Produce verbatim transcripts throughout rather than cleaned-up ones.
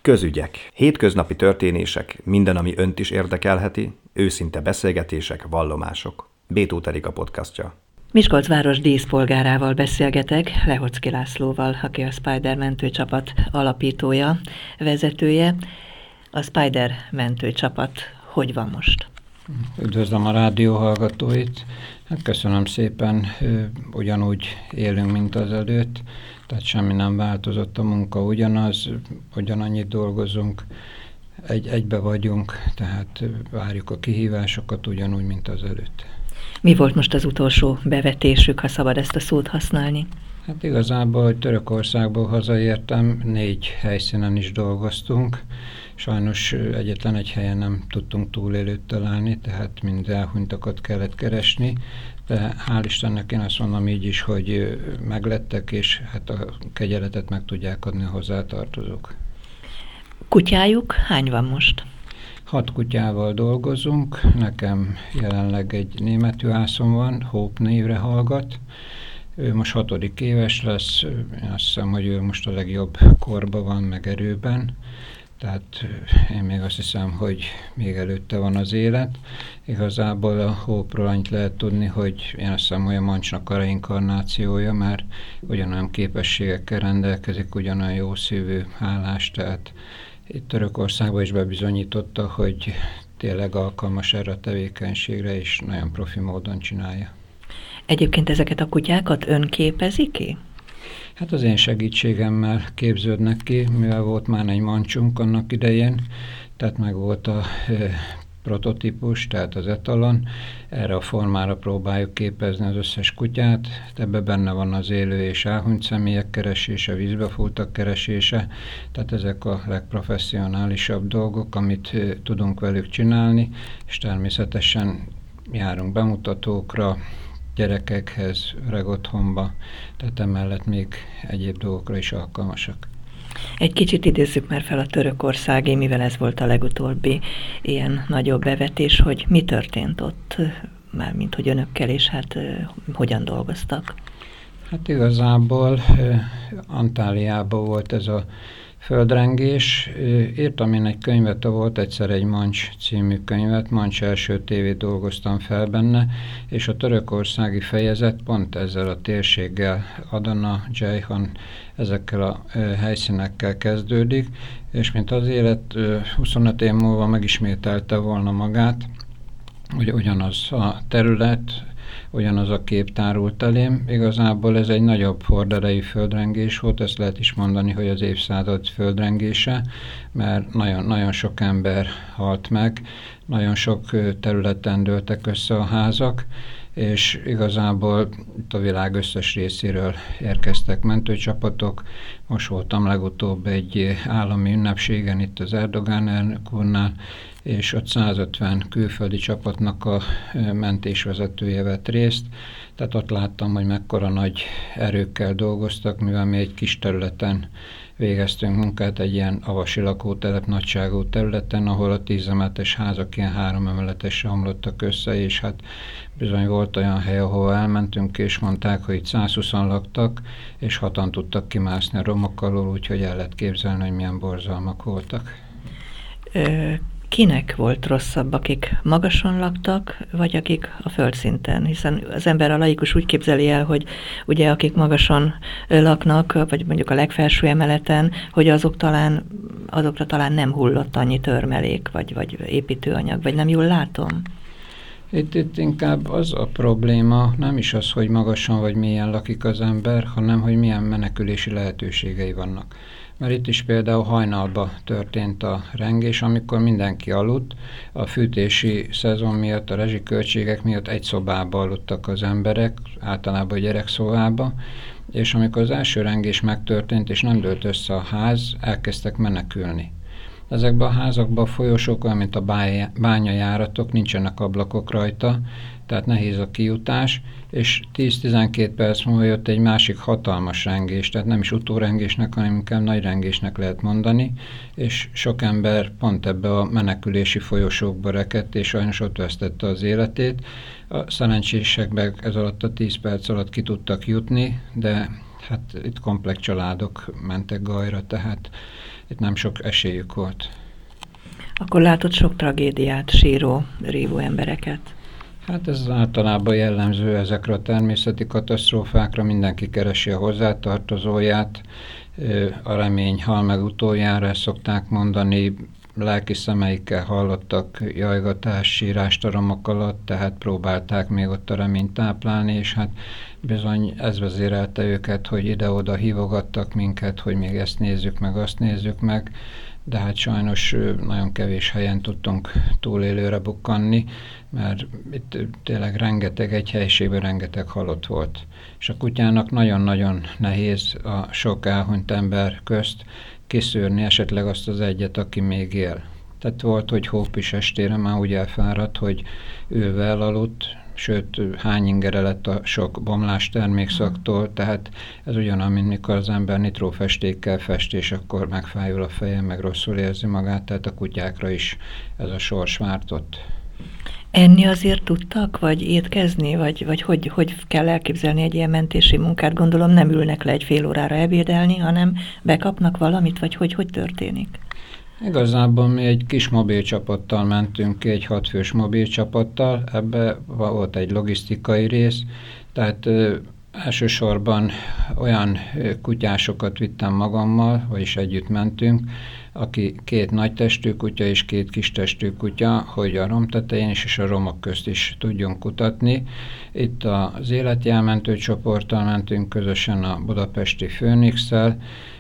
Közügyek, hétköznapi történések, minden, ami önt is érdekelheti, őszinte beszélgetések, vallomások. Bétó Erika podcastja. Miskolc város díszpolgárával beszélgetek, Lehocki Lászlóval, aki a Spider mentőcsapat alapítója, vezetője. A Spider mentőcsapat hogy van most? Üdvözlöm a rádió hallgatóit. Hát köszönöm szépen, ugyanúgy élünk, mint az előtt, tehát semmi nem változott, a munka ugyanaz, ugyanannyit dolgozunk, egy, egybe vagyunk, tehát várjuk a kihívásokat ugyanúgy, mint az előtt. Mi volt most az utolsó bevetésük, ha szabad ezt a szót használni? Hát igazából, hogy Törökországból hazaértem, négy helyszínen is dolgoztunk. Sajnos egyetlen egy helyen nem tudtunk túlélőt találni, tehát mind elhunytakat kellett keresni, de hál' Istennek én azt mondom így is, hogy meglettek, és hát a kegyeletet meg tudják adni a hozzátartozók. Kutyájuk hány van most? Hat kutyával dolgozunk, nekem jelenleg egy német juhászom van, Hope névre hallgat. Ő most hatodik éves lesz, én azt hiszem, hogy ő most a legjobb korban van, meg erőben. Tehát én még azt hiszem, hogy még előtte van az élet. Igazából a Hope-ról annyit lehet tudni, hogy én azt hiszem, hogy a Mancsnak a reinkarnációja, mert ugyanolyan képességekkel rendelkezik, ugyanolyan jó szívű, hálás, tehát itt Törökországban is bebizonyította, hogy tényleg alkalmas erre a tevékenységre, és nagyon profi módon csinálja. Egyébként ezeket a kutyákat ön képezi ki? Hát az én segítségemmel képződnek ki, mivel volt már egy mancsunk annak idején, tehát meg volt a e, prototípus, tehát az etalon. Erre a formára próbáljuk képezni az összes kutyát. Ebben benne van az élő és elhunyt személyek keresése, vízbefúltak keresése, tehát ezek a legprofesszionálisabb dolgok, amit e, tudunk velük csinálni, és természetesen járunk bemutatókra, gyerekekhez, öreg otthonba, tehát emellett még egyéb dolgokra is alkalmasak. Egy kicsit idézzük már fel a törökországi, mivel ez volt a legutóbbi ilyen nagyobb bevetés, hogy mi történt ott, mármint hogy önökkel, és hát hogyan dolgoztak? Hát igazából Antáliában volt ez a földrengés. Írtam én egy könyvet, volt egyszer egy Mancs című könyvet, Mancs első tévét dolgoztam fel benne, és a törökországi fejezet pont ezzel a térséggel, Adana, Ceyhan, ezekkel a helyszínekkel kezdődik, és mint az élet huszonöt év múlva megismételte volna magát, hogy ugyanaz a terület, ugyanaz a kép tárult elém. Igazából ez egy nagyobb horderejű földrengés volt, ezt lehet is mondani, hogy az évszázad földrengése, mert nagyon, nagyon sok ember halt meg, nagyon sok területen dőltek össze a házak, és igazából itt a világ összes részéről érkeztek mentőcsapatok. Most voltam legutóbb egy állami ünnepségen itt az Erdogán elnök úrnál, és ott százötven külföldi csapatnak a mentésvezetője vett részt, tehát ott láttam, hogy mekkora nagy erőkkel dolgoztak, mivel mi egy kis területen végeztünk munkát, egy ilyen avasi lakótelep nagyságú területen, ahol a tíz emeletes házak ilyen három emeletesre omlottak össze, és hát bizony volt olyan hely, ahol elmentünk, és mondták, hogy itt százhúszan laktak, és hatan tudtak kimászni a romok alól, úgyhogy el lehet képzelni, hogy milyen borzalmak voltak. Ö, kinek volt rosszabb, akik magason laktak, vagy akik a földszinten? Hiszen az ember, a laikus úgy képzeli el, hogy ugye akik magason laknak, vagy mondjuk a legfelső emeleten, hogy azok talán, azokra talán nem hullott annyi törmelék, vagy, vagy építőanyag, vagy nem jól látom? Itt, itt inkább az a probléma, nem is az, hogy magasan vagy mélyen lakik az ember, hanem hogy milyen menekülési lehetőségei vannak. Mert itt is például hajnalban történt a rengés, amikor mindenki aludt, a fűtési szezon miatt, a rezsiköltségek miatt egy szobába aludtak az emberek, általában a gyerekszobába, és amikor az első rengés megtörtént, és nem dőlt össze a ház, elkezdtek menekülni. Ezekben a házakban a folyosók, olyan, mint a bányajáratok, nincsenek ablakok rajta, tehát nehéz a kijutás, és tíz-tizenkét perc múlva jött egy másik hatalmas rengés, tehát nem is utórengésnek, hanem inkább nagy rengésnek lehet mondani, és sok ember pont ebbe a menekülési folyosókba rekedt, és sajnos ott vesztette az életét. A szerencsésekben ez alatt a tíz perc alatt ki tudtak jutni, de hát itt komplex családok mentek gajra, tehát itt nem sok esélyük volt. Akkor látott sok tragédiát, síró, rívó embereket. Hát ez általában jellemző ezekre a természeti katasztrófákra, mindenki keresi a hozzátartozóját, a remény hal meg utoljára, ezt szokták mondani, lelki szemeikkel hallottak jajgatás, sírást a romok alatt, tehát próbálták még ott a reményt táplálni, és hát bizony ez vezérelte őket, hogy ide-oda hívogattak minket, hogy még ezt nézzük meg, azt nézzük meg, de hát sajnos nagyon kevés helyen tudtunk túlélőre bukkanni, mert itt tényleg rengeteg, egy helyiségben rengeteg halott volt. És a kutyának nagyon-nagyon nehéz a sok elhunyt ember közt kiszűrni esetleg azt az egyet, aki még él. Tehát volt, hogy Hóp is estére már úgy elfáradt, hogy ülve elaludt, sőt, hány ingere lett a sok bomlás termékszaktól, tehát ez ugyanaz, mint mikor az ember nitrófestékkel fest, és akkor megfájul a feje, meg rosszul érzi magát, tehát a kutyákra is ez a sors vártott. Enni azért tudtak, vagy étkezni, vagy, vagy hogy, hogy kell elképzelni egy ilyen mentési munkát? Gondolom nem ülnek le egy fél órára ebédelni, hanem bekapnak valamit, vagy hogy, hogy történik? Igazából mi egy kis mobilcsapattal mentünk ki, egy hatfős mobilcsapattal, ebbe volt egy logisztikai rész, tehát ö, elsősorban olyan ö, kutyásokat vittem magammal, vagyis együtt mentünk, aki két nagy testű kutya és két kis testű kutya, hogy a rom tetején is és a romok közt is tudjunk kutatni. Itt az életjelmentő csoporttal mentünk közösen a budapesti Főnixszel,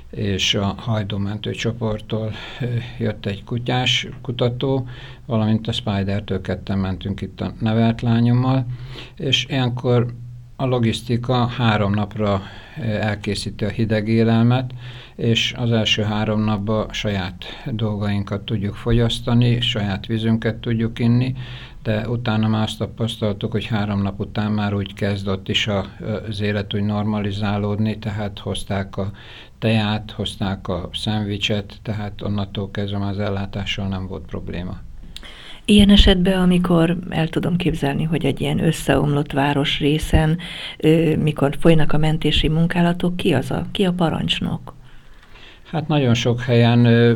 és a hajdómentő csoporttól jött egy kutyás kutató, valamint a Spider-től ketten mentünk itt a nevelt lányommal, és ilyenkor a logisztika három napra elkészíti a hideg élelmet, és az első három napban saját dolgainkat tudjuk fogyasztani, saját vízünket tudjuk inni, de utána már azt tapasztaltuk, hogy három nap után már úgy kezdett is a, az élet úgy normalizálódni, tehát hozták a teját, hozták a szendvicset, tehát onnantól kezdve az ellátással nem volt probléma. Ilyen esetben, amikor el tudom képzelni, hogy egy ilyen összeomlott városrészen, mikor folynak a mentési munkálatok, ki az a, ki a parancsnok? Hát nagyon sok helyen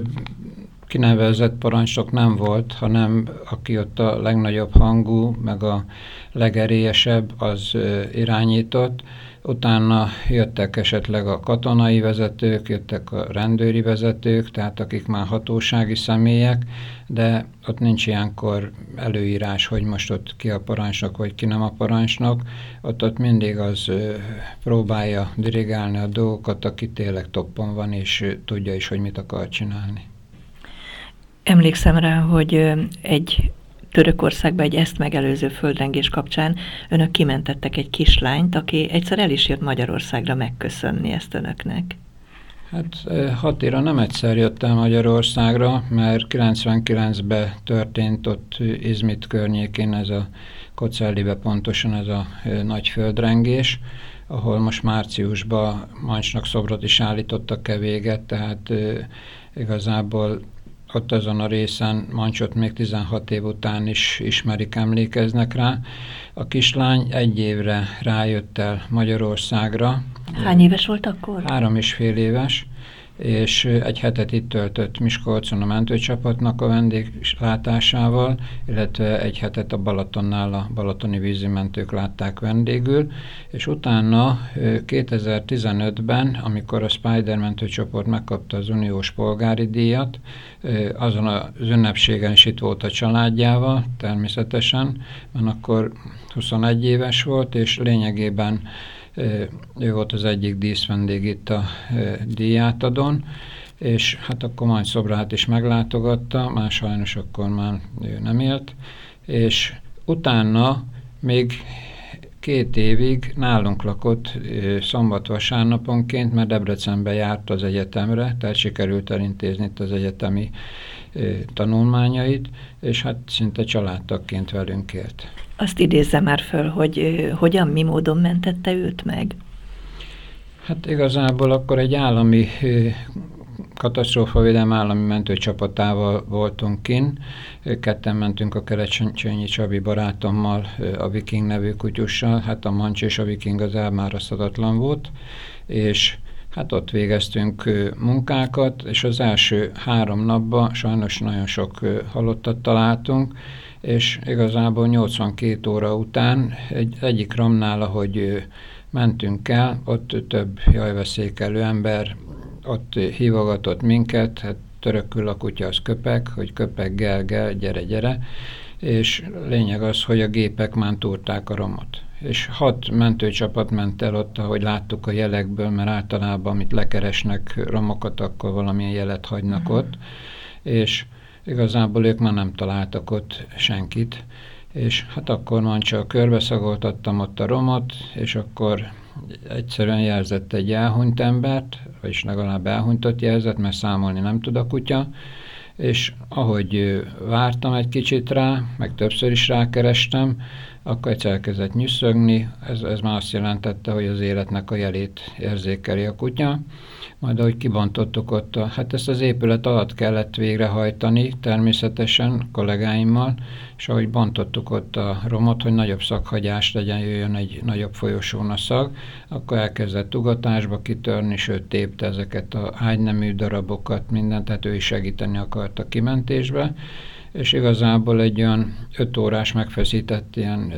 kinevezett parancsnok nem volt, hanem aki ott a legnagyobb hangú, meg a legerélyesebb, az irányított. Utána jöttek esetleg a katonai vezetők, jöttek a rendőri vezetők, tehát akik már hatósági személyek, de ott nincs ilyenkor előírás, hogy most ott ki a parancsnok, vagy ki nem a parancsnok. Ott, ott mindig az próbálja dirigálni a dolgokat, aki tényleg toppon van, és tudja is, hogy mit akar csinálni. Emlékszem rá, hogy egy Törökországban egy ezt megelőző földrengés kapcsán önök kimentettek egy kislányt, aki egyszer el is jött Magyarországra megköszönni ezt önöknek. Hát hat éve nem egyszer jött el Magyarországra, mert kilencvenkilencben történt ott Izmit környékén ez a Kocellibe pontosan ez a nagy földrengés, ahol most márciusban Mancsnak szobrot is állítottak e véget, tehát igazából ott azon a részen Mancsot még tizenhat év után is ismerik, emlékeznek rá. A kislány egy évre rájött el Magyarországra. Hány éves volt akkor? Három és fél éves, és egy hetet itt töltött Miskolcon a mentőcsapatnak a vendéglátásával, illetve egy hetet a Balatonnál a balatoni vízimentők látták vendégül, és utána kétezer-tizenötben, amikor a Spider mentőcsoport megkapta az uniós polgári díjat, azon az ünnepségen is itt volt a családjával, természetesen, mert akkor huszonegy éves volt, és lényegében ő volt az egyik díszvendég itt a díjátadón, és hát akkor Mancs szobrát is meglátogatta, már sajnos akkor már ő nem élt, és utána még két évig nálunk lakott szombat-vasárnaponként, mert Debrecenbe járt az egyetemre, tehát sikerült elintézni itt az egyetemi tanulmányait, és hát szinte családtagként velünk élt. Azt idézze már föl, hogy hogyan, mi módon mentette őt meg? Hát igazából akkor egy állami katasztrófavédelmi állami mentőcsapatával voltunk kint. Ketten mentünk a Kerecsényi Csabi barátommal, a Viking nevű kutyussal. Hát a Mancs és a Viking az elmárasztatatlan volt, és Hát ott végeztünk munkákat, és az első három napban sajnos nagyon sok halottat találtunk, és igazából nyolcvankét óra után egy, egyik ramnál, ahogy mentünk el, ott több jajveszékelő ember ott hívogatott minket, hát törökül a kutya, az köpek, hogy köpek, gel, gel, gyere, gyere, és lényeg az, hogy a gépek már túrták a romot. És hat mentőcsapat ment el ott, ahogy láttuk a jelekből, mert általában, amit lekeresnek romokat, akkor valamilyen jelet hagynak uh-huh. ott, és igazából ők már nem találtak ott senkit, és hát akkor már csak körbeszagoltattam ott a romot, és akkor egyszerűen jelzett egy elhunyt embert, vagyis legalább elhunytot jelzett, mert számolni nem tud a kutya, és ahogy vártam egy kicsit rá, meg többször is rákerestem, akkor egyszer elkezdett nyüsszögni, ez, ez már azt jelentette, hogy az életnek a jelét érzékeli a kutya. Majd ahogy kibontottuk ott, a, hát ezt az épület alatt kellett végrehajtani természetesen kollégáimmal, és ahogy bontottuk ott a romot, hogy nagyobb szaghagyás legyen, jöjjön egy nagyobb folyosón a szag, akkor elkezdett ugatásba kitörni, sőt tépte ezeket a ágynemű darabokat, mindent, tehát ő is segíteni akart a kimentésbe, és igazából egy olyan öt órás megfeszített ilyen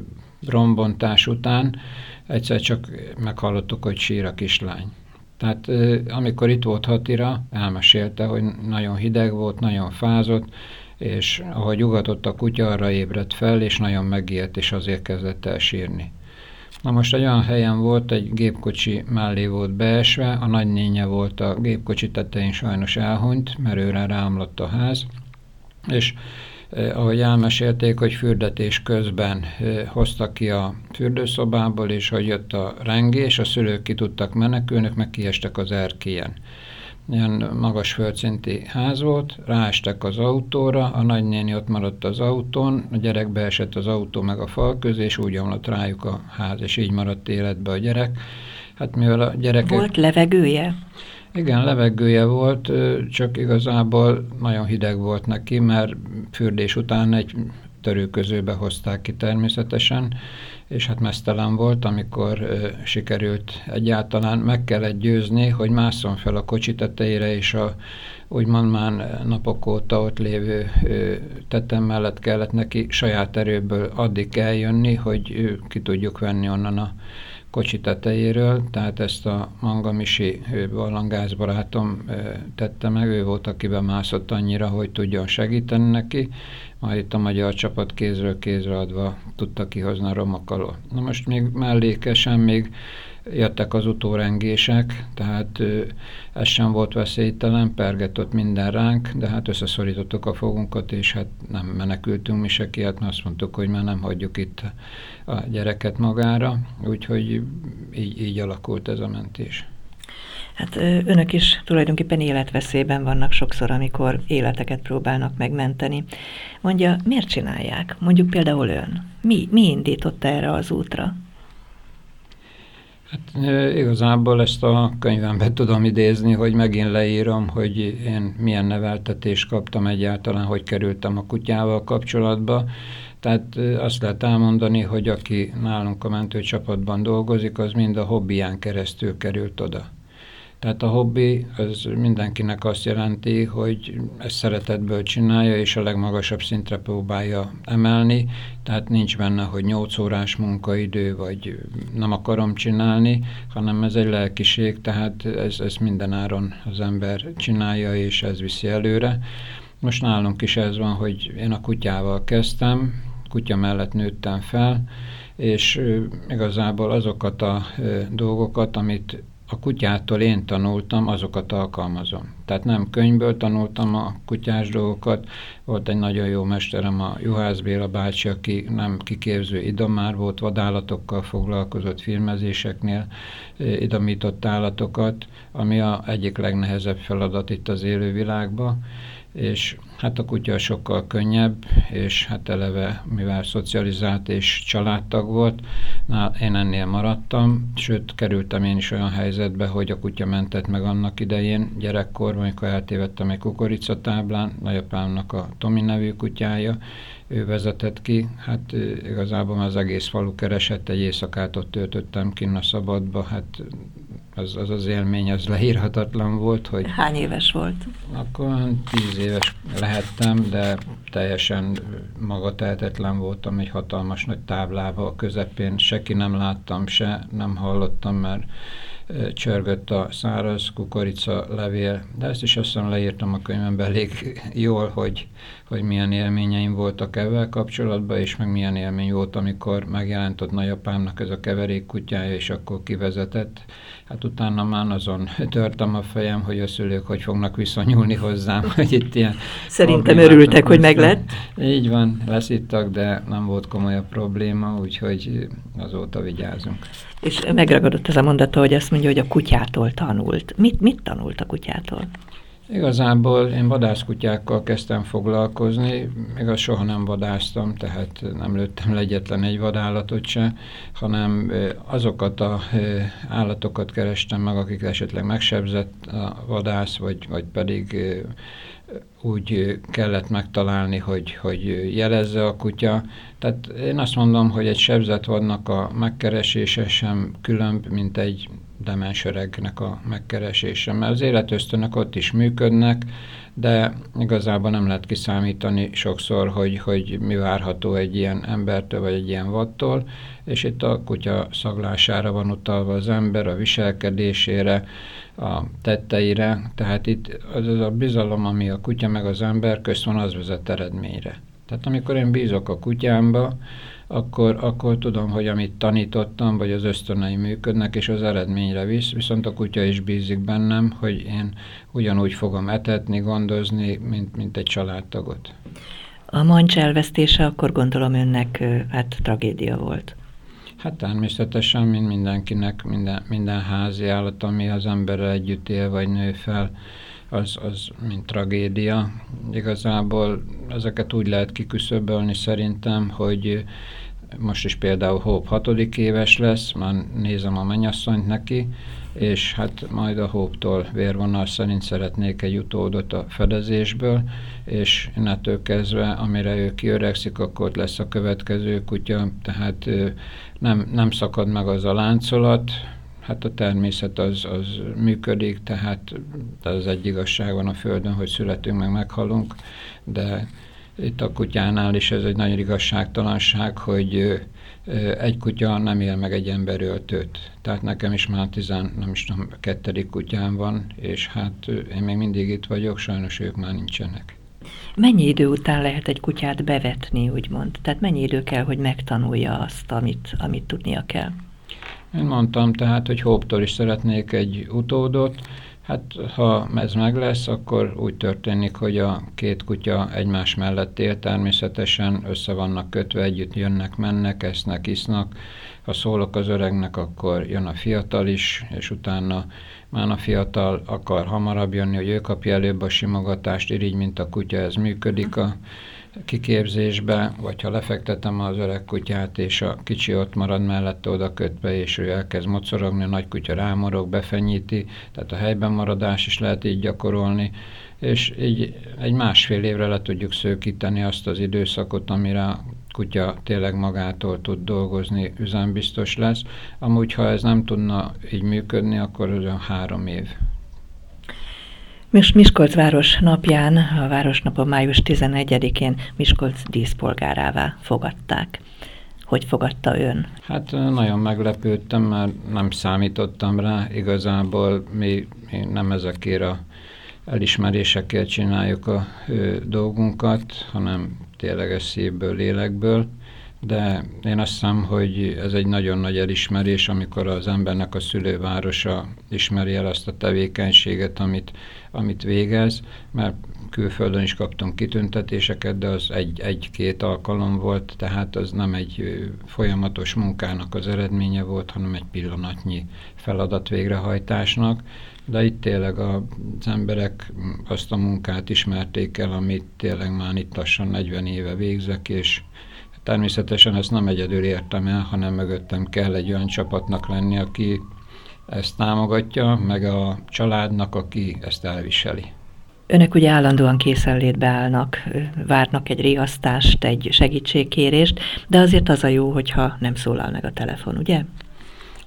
rombontás után egyszer csak meghallottuk, hogy sír a kislány. Tehát amikor itt volt Hatira, elmesélte, hogy nagyon hideg volt, nagyon fázott, és ahogy ugatott a kutya, arra ébredt fel, és nagyon megijedt, és azért kezdett el sírni. Na most egy olyan helyen volt, egy gépkocsi mellé volt beesve, a nagynénye volt a gépkocsi tetején, sajnos elhunyt, mert őre ráomlott a ház, és eh, ahogy elmesélték, hogy fürdetés közben eh, hoztak ki a fürdőszobából, és hogy jött a rengés, a szülők ki tudtak menekülni, meg kiestek az erkélyen. Ilyen magas földszinti ház volt, ráestek az autóra, a nagynéni ott maradt az autón, a gyerek beesett az autó meg a fal közé, és úgy omlott rájuk a ház, és így maradt életbe a gyerek. Hát mivel a gyerekek... Volt levegője? Igen, levegője volt, csak igazából nagyon hideg volt neki, mert fürdés után egy törőközőbe hozták ki természetesen, és hát meztelen volt, amikor ö, sikerült egyáltalán meg kellett győzni, hogy másszon fel a kocsi tetejére, és a úgymond már napok óta ott lévő ö, tetem mellett kellett neki saját erőből addig eljönni, hogy ö, ki tudjuk venni onnan a kocsi tetejéről, tehát ezt a Mangamisi barlangászbarátom tette meg, ő volt, aki bemászott annyira, hogy tudjon segíteni neki, majd itt a magyar csapat kézről kézre adva tudta kihozni a romok alól. Na most még mellékesen még jöttek az utórengések, tehát ez sem volt veszélytelen, pergetett minden ránk, de hát összeszorítottuk a fogunkat, és hát nem menekültünk mi se ki, hát azt mondtuk, hogy már nem hagyjuk itt a gyereket magára, úgyhogy így, így alakult ez a mentés. Hát önök is tulajdonképpen életveszélyben vannak sokszor, amikor életeket próbálnak megmenteni. Mondja, miért csinálják? Mondjuk például ön. Mi, mi indította erre az útra? Hát igazából ezt a könyvemben tudom idézni, hogy megint leírom, hogy én milyen neveltetést kaptam egyáltalán, hogy kerültem a kutyával kapcsolatba. Tehát azt lehet elmondani, hogy aki nálunk a mentőcsapatban dolgozik, az mind a hobbiján keresztül került oda. Tehát a hobbi az mindenkinek azt jelenti, hogy ezt szeretetből csinálja, és a legmagasabb szintre próbálja emelni, tehát nincs benne, hogy nyolc órás munkaidő, vagy nem akarom csinálni, hanem ez egy lelkiség, tehát ez, ez mindenáron az ember csinálja, és ez viszi előre. Most nálunk is ez van, hogy én a kutyával kezdtem, kutya mellett nőttem fel, és igazából azokat a dolgokat, amit a kutyától én tanultam, azokat alkalmazom. Tehát nem könyvből tanultam a kutyás dolgokat. Volt egy nagyon jó mesterem, a Juhász Béla bácsi, aki nem kiképző idomár volt, vadállatokkal foglalkozott, filmezéseknél idomított állatokat, ami a egyik legnehezebb feladat itt az élővilágban. És hát a kutya sokkal könnyebb, és hát eleve, mivel szocializált és családtag volt, na, én ennél maradtam, sőt, kerültem én is olyan helyzetbe, hogy a kutya mentett meg annak idején, gyerekkorban, amikor eltévedtem egy kukoricatáblán, nagyapámnak a Tomi nevű kutyája, ő vezetett ki, hát igazából az egész falu keresett, egy éjszakát ott töltöttem kinn a szabadba, hát az az, az élmény, az leírhatatlan volt, hogy... Hány éves volt? Akkor tíz éves lehettem, de teljesen magatehetetlen voltam, egy hatalmas nagy táblával a közepén, se ki nem láttam, se nem hallottam, mert csörgött a száraz kukorica levél, de ezt is azt hiszem leírtam a könyvemben elég jól, hogy, hogy milyen élményeim voltak ezzel kapcsolatban, és meg milyen élmény volt, amikor megjelent ott nagyapámnak ez a keverék kutyája, és akkor kivezetett. Hát utána már azon törtem a fejem, hogy a szülők hogy fognak viszonyulni hozzám, hogy itt ilyen... Szerintem örültek, hogy meglett. Így van, leszittak, de nem volt komolyabb probléma, úgyhogy azóta vigyázunk. És megragadott ez a mondata, hogy azt mondja, hogy a kutyától tanult. Mit, mit tanult a kutyától? Igazából én vadászkutyákkal kezdtem foglalkozni, igaz soha nem vadásztam, tehát nem lőttem le egyetlen egy vadállatot se, hanem azokat az állatokat kerestem meg, akik esetleg megsebzett a vadász, vagy, vagy pedig úgy kellett megtalálni, hogy, hogy jelezze a kutya. Tehát én azt mondom, hogy egy sebzett vadnak a megkeresése sem különb, mint egy demens öregnek a megkeresése, mert az életösztönök ott is működnek, de igazából nem lehet kiszámítani sokszor, hogy, hogy mi várható egy ilyen embertől, vagy egy ilyen vadtól, és itt a kutya szaglására van utalva az ember, a viselkedésére, a tetteire, tehát itt az, az a bizalom, ami a kutya meg az ember közt van, az vezet eredményre. Tehát amikor én bízok a kutyámba, akkor, akkor tudom, hogy amit tanítottam, vagy az ösztönei működnek, és az eredményre visz, viszont a kutya is bízik bennem, hogy én ugyanúgy fogom etetni, gondozni, mint, mint egy családtagot. A mancs elvesztése akkor gondolom önnek hát tragédia volt. Hát természetesen, mint mindenkinek, minden, minden házi állat, ami az emberrel együtt él, vagy nő fel, az, az mint tragédia. Igazából ezeket úgy lehet kiküszöbölni szerintem, hogy most is például Hope hatodik éves lesz, már nézem a mennyasszonyt neki, és hát majd a Hope-tól vérvonal szerint szeretnék egy utódot a fedezésből, és innentől kezdve, amire ő kiöregszik, akkor ott lesz a következő kutya, tehát nem, nem szakad meg az a láncolat, hát a természet az, az működik, tehát az egy igazság van a Földön, hogy születünk, meg meghalunk, de itt a kutyánál is ez egy nagy igazságtalanság, hogy egy kutya nem él meg egy ember öltőt. Tehát nekem is már tizen, nem is tudom, kettedik kutyám van, és hát én még mindig itt vagyok, sajnos ők már nincsenek. Mennyi idő után lehet egy kutyát bevetni, úgymond? Tehát mennyi idő kell, hogy megtanulja azt, amit, amit tudnia kell? Én mondtam tehát, hogy Hope-tól is szeretnék egy utódot. Hát ha ez meg lesz, akkor úgy történik, hogy a két kutya egymás mellett él, természetesen össze vannak kötve, együtt jönnek, mennek, esznek, isznak. Ha szólok az öregnek, akkor jön a fiatal is, és utána már a fiatal akar hamarabb jönni, hogy ő kapja előbb a simogatást, irigy, mint a kutya, ez működik a kiképzésbe, vagy ha lefektetem az öreg kutyát, és a kicsi ott marad mellette oda kötve, és ő elkezd mocorogni, a nagy kutya rámorog, befenyíti, tehát a helyben maradás is lehet így gyakorolni, és így egy másfél évre le tudjuk szőkíteni azt az időszakot, amire a kutya tényleg magától tud dolgozni, üzembiztos lesz. Amúgy, ha ez nem tudna így működni, akkor olyan három év. Miskolc város napján, a Városnapon május tizenegyedikén Miskolc díszpolgárává fogadták. Hogy fogadta ön? Hát nagyon meglepődtem, mert nem számítottam rá. Igazából mi, mi nem ezekért a elismerésekért csináljuk a ö, dolgunkat, hanem tényleges szívből, lélekből. De én azt hiszem, hogy ez egy nagyon nagy elismerés, amikor az embernek a szülővárosa ismeri el azt a tevékenységet, amit, amit végez, mert külföldön is kaptunk kitüntetéseket, de az egy, egy-két alkalom volt, tehát az nem egy folyamatos munkának az eredménye volt, hanem egy pillanatnyi feladat végrehajtásnak, de itt tényleg az emberek azt a munkát ismerték el, amit tényleg már itt lassan negyven éve végzek, és természetesen ezt nem egyedül értem el, hanem mögöttem kell egy olyan csapatnak lenni, aki ezt támogatja, meg a családnak, aki ezt elviseli. Önök ugye állandóan készenlétbe állnak, várnak egy riasztást, egy segítségkérést, de azért az a jó, hogyha nem szólal meg a telefon, ugye?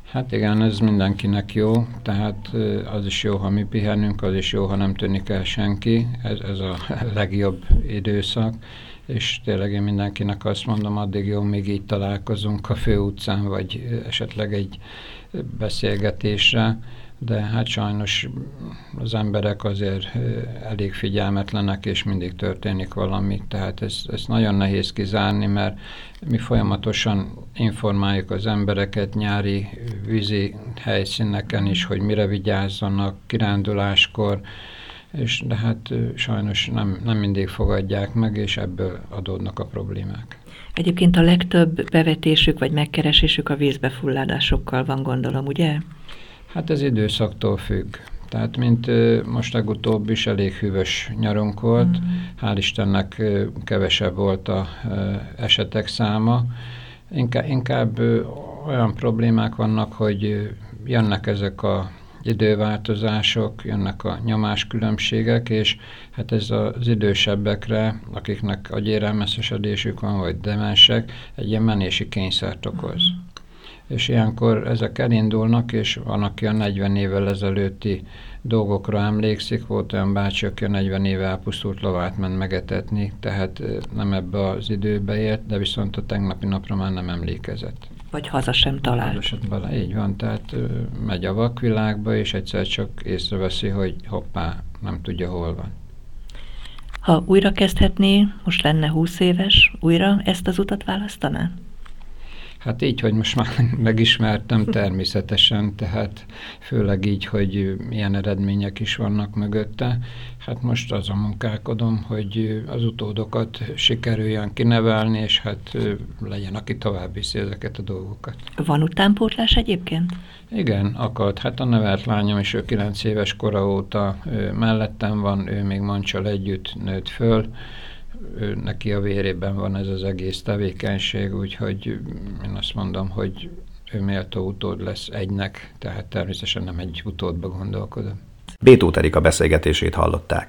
Hát igen, ez mindenkinek jó, tehát az is jó, ha mi pihenünk, az is jó, ha nem tűnik el senki, ez, ez a legjobb időszak, és tényleg én mindenkinek azt mondom, addig jó, még így találkozunk a főutcán, vagy esetleg egy beszélgetésre, de hát sajnos az emberek azért elég figyelmetlenek, és mindig történik valami, tehát ezt, ezt nagyon nehéz kizárni, mert mi folyamatosan informáljuk az embereket nyári vízi helyszíneken is, hogy mire vigyázzanak kiránduláskor, és de hát sajnos nem, nem mindig fogadják meg, és ebből adódnak a problémák. Egyébként a legtöbb bevetésük vagy megkeresésük a vízbefulladásokkal van, gondolom, ugye? Hát ez időszaktól függ. Tehát, mint most legutóbb is elég hűvös nyarunk volt, mm. hál' Istennek kevesebb volt az esetek száma. Inkább, inkább olyan problémák vannak, hogy jönnek ezek a időváltozások, jönnek a nyomáskülönbségek, és hát ez az idősebbekre, akiknek agyérelmeszesedésük van, vagy demensek, egy ilyen menési kényszert okoz. Mm. És ilyenkor ezek elindulnak, és van, aki a negyven évvel ezelőtti dolgokra emlékszik, volt olyan bácsi, aki a negyven éve elpusztult lovát ment megetetni, tehát nem ebbe az időbe ért, de viszont a tegnapi napra már nem emlékezett. Vagy haza sem talált. Haza sem talált. Így van, tehát megy a vakvilágba, és egyszer csak észreveszi, hogy hoppá, nem tudja, hol van. Ha újra kezdhetné, most lenne húsz éves, újra ezt az utat választaná? Hát így, hogy most már megismertem természetesen, tehát főleg így, hogy milyen eredmények is vannak mögötte. Hát most azon munkálkodom, hogy az utódokat sikerüljön kinevelni, és hát legyen, aki tovább viszi ezeket a dolgokat. Van utánpótlás egyébként? Igen, akart. Hát a nevelt lányom is, ő kilenc éves kora óta mellettem van, ő még Mancsal együtt nőtt föl, ő, neki a vérében van ez az egész tevékenység, úgyhogy én azt mondom, hogy ő méltó utód lesz egynek, tehát természetesen nem egy utódba gondolkodom. Bétót Erika beszélgetését hallották.